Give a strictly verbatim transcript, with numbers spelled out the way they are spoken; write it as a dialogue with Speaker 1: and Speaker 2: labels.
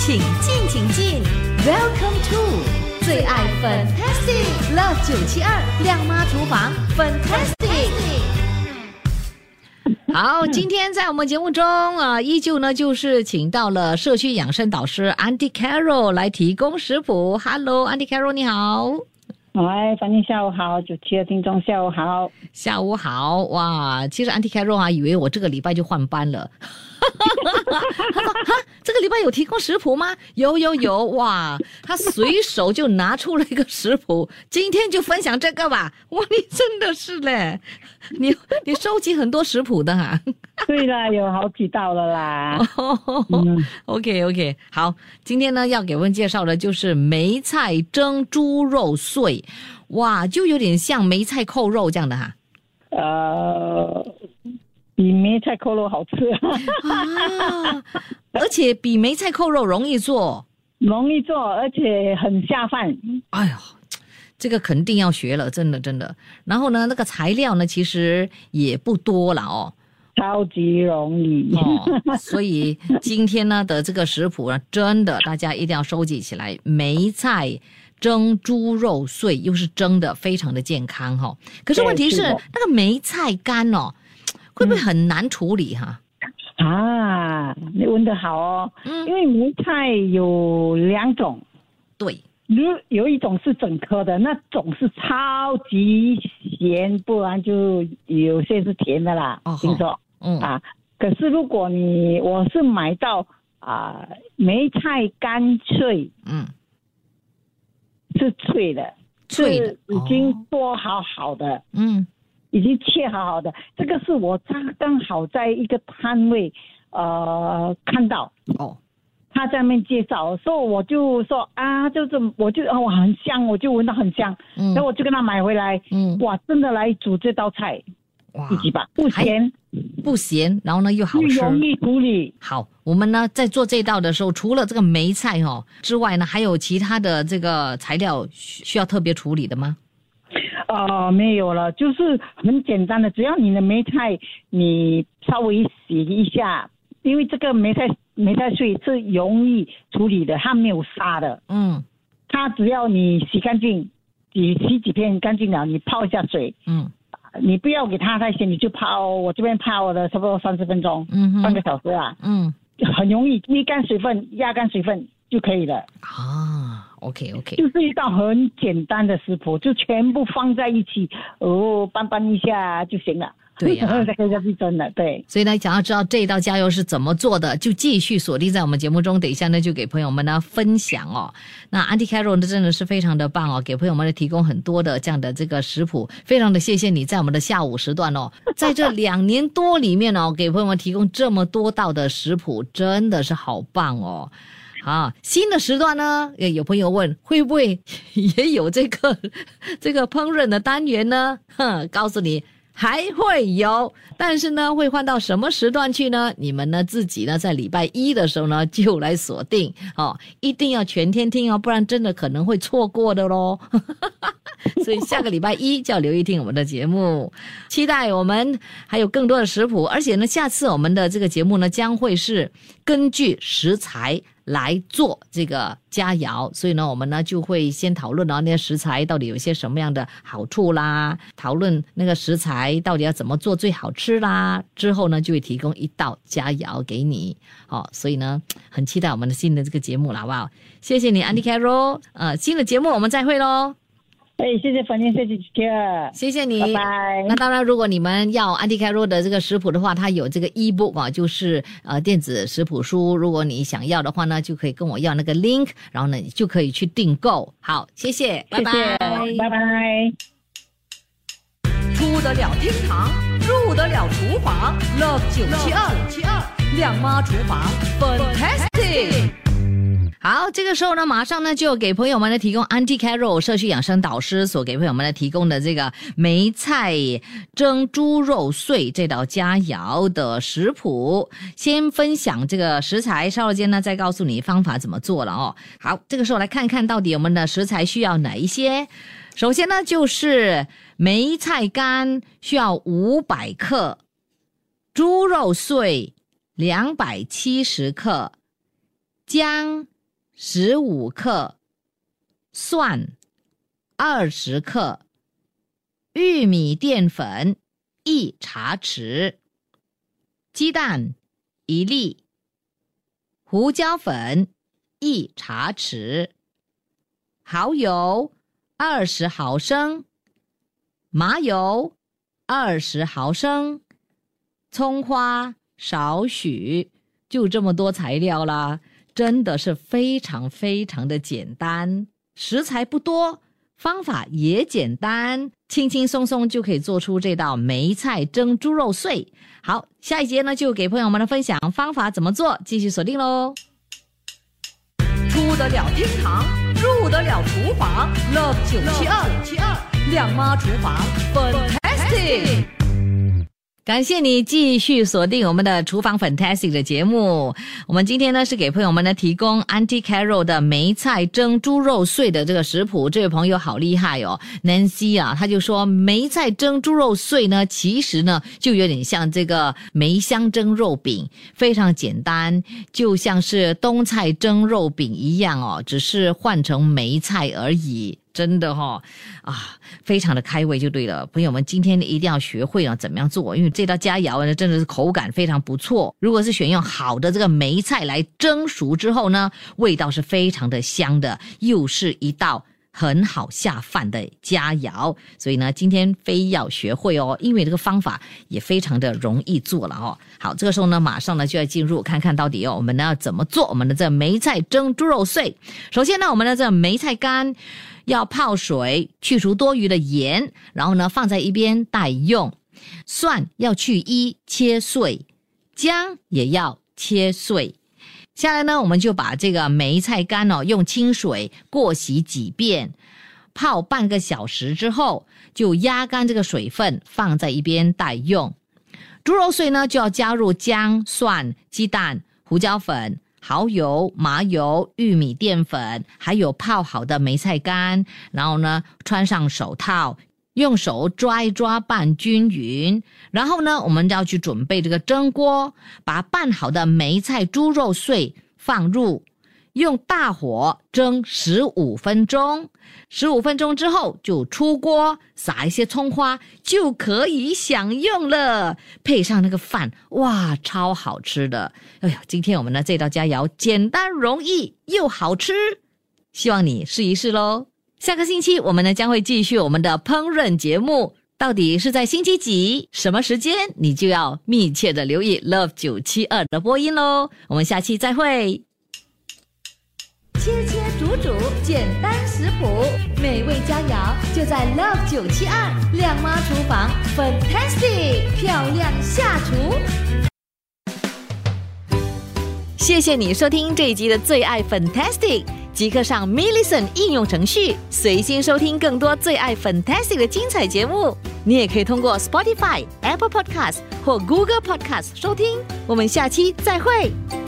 Speaker 1: 请进，请进 ，Welcome to 最爱 Fantastic Love 九七二亮妈厨房 Fantastic。好，今天在我们节目中啊，依旧呢就是请到了社区养生导师 Auntie Carol 来提供食谱。Hello Auntie Carol 你好。
Speaker 2: 哎，反正下午好，主持的听众下午好，
Speaker 1: 下午好哇！其实 Auntie Carol 啊，以为我这个礼拜就换班了。他说：“哈，这个礼拜有提供食谱吗？有有有哇！他随手就拿出了一个食谱，今天就分享这个吧。哇，你真的是嘞，你你收集很多食谱的哈、啊。
Speaker 2: 对啦，有好几道了啦。
Speaker 1: 嗯、OK OK， 好，今天呢要给我们介绍的就是梅菜蒸猪肉碎，哇，就有点像梅菜扣肉这样的哈。
Speaker 2: 呃。”比梅菜扣肉好吃
Speaker 1: 啊，而且比梅菜扣肉容易做，
Speaker 2: 容易做，而且很下饭。
Speaker 1: 哎呀，这个肯定要学了，真的真的。然后呢，那个材料呢，其实也不多了哦，
Speaker 2: 超级容易
Speaker 1: 哦。所以今天呢的这个食谱呢，真的大家一定要收集起来。梅菜蒸猪肉碎，又是蒸的，非常的健康哈、哦。可是问题是，那个梅菜干哦。会不会很难处理哈、
Speaker 2: 嗯？啊，你问得好哦。嗯，因为梅菜有两种，
Speaker 1: 对，
Speaker 2: 有有一种是整颗的，那种是超级咸，不然就有些是甜的啦。哦，听说，嗯啊，可是如果你我是买到啊、呃、梅菜干脆，嗯，是脆的，
Speaker 1: 脆的，
Speaker 2: 已经剥好好的，哦、嗯。已经切好好的，这个是我刚好在一个摊位呃看到哦，他在那边介绍，所以我就说啊，就是我就哦很香，我就闻到很香，嗯，然后我就跟他买回来，嗯，哇，真的来煮这道菜，哇，自己吧，不咸
Speaker 1: 不咸，然后呢又好吃，
Speaker 2: 容易处理。
Speaker 1: 好，我们呢在做这道的时候，除了这个梅菜哦之外呢，还有其他的这个材料需要特别处理的吗？
Speaker 2: 呃，没有了，就是很简单的，只要你的梅菜你稍微洗一下，因为这个梅菜梅菜碎是容易处理的，它没有沙的，嗯，它只要你洗干净，洗洗几片干净了，你泡一下水，嗯，你不要给它太咸，你就泡，我这边泡了差不多三十分钟，嗯，半个小时啊，嗯，很容易沥干水分，压干水分就可以了
Speaker 1: 啊。OK OK，
Speaker 2: 就是一道很简单的食谱，就全部放在一起，哦，拌拌一下就行了。
Speaker 1: 对呀、啊，
Speaker 2: 这个是真的，对。
Speaker 1: 所以呢，想要知道这一道佳肴是怎么做的，就继续锁定在我们节目中。等一下呢，就给朋友们呢分享哦。那 Auntie Carol 呢，真的是非常的棒哦，给朋友们呢提供很多的这样的这个食谱，非常的谢谢你在我们的下午时段哦，在这两年多里面哦，给朋友们提供这么多道的食谱，真的是好棒哦。啊，新的时段呢，有朋友问会不会也有这个这个烹饪的单元呢？哼，告诉你还会有，但是呢，会换到什么时段去呢？你们呢自己呢在礼拜一的时候呢就来锁定哦，一定要全天听哦，不然真的可能会错过的咯。所以下个礼拜一就要留意听我们的节目，期待我们还有更多的食谱，而且呢，下次我们的这个节目呢将会是根据食材来做这个佳肴，所以呢，我们呢就会先讨论到那些食材到底有一些什么样的好处啦，讨论那个食材到底要怎么做最好吃啦，之后呢就会提供一道佳肴给你。哦，所以呢，很期待我们的新的这个节目了，好不好？谢谢你 Auntie Carol， 呃，新的节目我们再会咯。
Speaker 2: 哎，谢谢粉英，谢谢姐姐，
Speaker 1: 谢谢你，
Speaker 2: 拜拜。
Speaker 1: 那当然，如果你们要 Auntie Carol 的这个食谱的话，它有这个 ebook 啊，就是呃电子食谱书。如果你想要的话呢，就可以跟我要那个 link， 然后呢，你就可以去订购。好，谢谢，拜拜，
Speaker 2: 拜拜。
Speaker 1: 出得了厅堂，入得了厨房 ，Love 九七二，亮妈厨房 ，Fantastic。好，这个时候呢，马上呢就给朋友们呢提供 Auntie Carol 社区养生导师所给朋友们呢提供的这个梅菜蒸猪肉碎这道佳肴的食谱。先分享这个食材，稍后间呢再告诉你方法怎么做了哦。好，这个时候来看看到底我们的食材需要哪一些。首先呢就是梅菜干需要五百克，猪肉碎两百七十克，姜十五克，蒜二十克，玉米淀粉一茶匙，鸡蛋一粒，胡椒粉一茶匙，蚝油二十毫升，麻油二十毫升，葱花少许，就这么多材料啦，真的是非常非常的简单，食材不多，方法也简单，轻轻松松就可以做出这道梅菜蒸猪肉碎。好，下一节呢就给朋友们的分享方法怎么做，继续锁定咯。
Speaker 3: 出得了厅堂，入得了厨房 Love 九七二亮妈厨房 Fantastic。
Speaker 1: 感谢你继续锁定我们的厨房 Fantastic 的节目。我们今天呢是给朋友们呢提供 Auntie Carol 的梅菜蒸猪肉碎的这个食谱。这位朋友好厉害哦 Nancy 啊，他就说梅菜蒸猪肉碎呢其实呢就有点像这个梅香蒸肉饼，非常简单，就像是冬菜蒸肉饼一样哦，只是换成梅菜而已。真的哦，啊，非常的开胃就对了。朋友们今天一定要学会啊怎么样做，因为这道佳肴呢真的是口感非常不错。如果是选用好的这个梅菜来蒸熟之后呢，味道是非常的香的，又是一道很好下饭的佳肴。所以呢今天非要学会哦，因为这个方法也非常的容易做了哦。好，这个时候呢马上呢就要进入看看到底哦我们呢要怎么做我们的这梅菜蒸猪肉碎。首先呢我们的这梅菜干要泡水，去除多余的盐，然后呢放在一边待用。蒜要去衣切碎，姜也要切碎。下来呢我们就把这个梅菜干哦用清水过洗几遍，泡半个小时之后就压干这个水分，放在一边待用。猪肉碎呢就要加入姜、蒜、鸡蛋、胡椒粉、蚝油、麻油、玉米淀粉，还有泡好的梅菜干，然后呢穿上手套，用手抓一抓拌均匀。然后呢我们要去准备这个蒸锅，把拌好的梅菜猪肉碎放入，用大火蒸十五分钟，十五分钟之后就出锅，撒一些葱花就可以享用了，配上那个饭，哇，超好吃的。哎呀，今天我们的这道佳肴简单容易又好吃，希望你试一试咯。下个星期我们呢将会继续我们的烹饪节目，到底是在星期几什么时间，你就要密切的留意 Love 九七二的播音咯。我们下期再会。
Speaker 3: 切切煮煮，简单食谱，美味佳肴就在 Love 九七二亮妈厨房 Fantastic 漂亮下厨。
Speaker 1: 谢谢你收听这一集的最爱 Fantastic， 即刻上 Millicent 应用程序，随心收听更多最爱 Fantastic 的精彩节目。你也可以通过 Spotify、Apple Podcast 或 Google Podcast 收听。我们下期再会。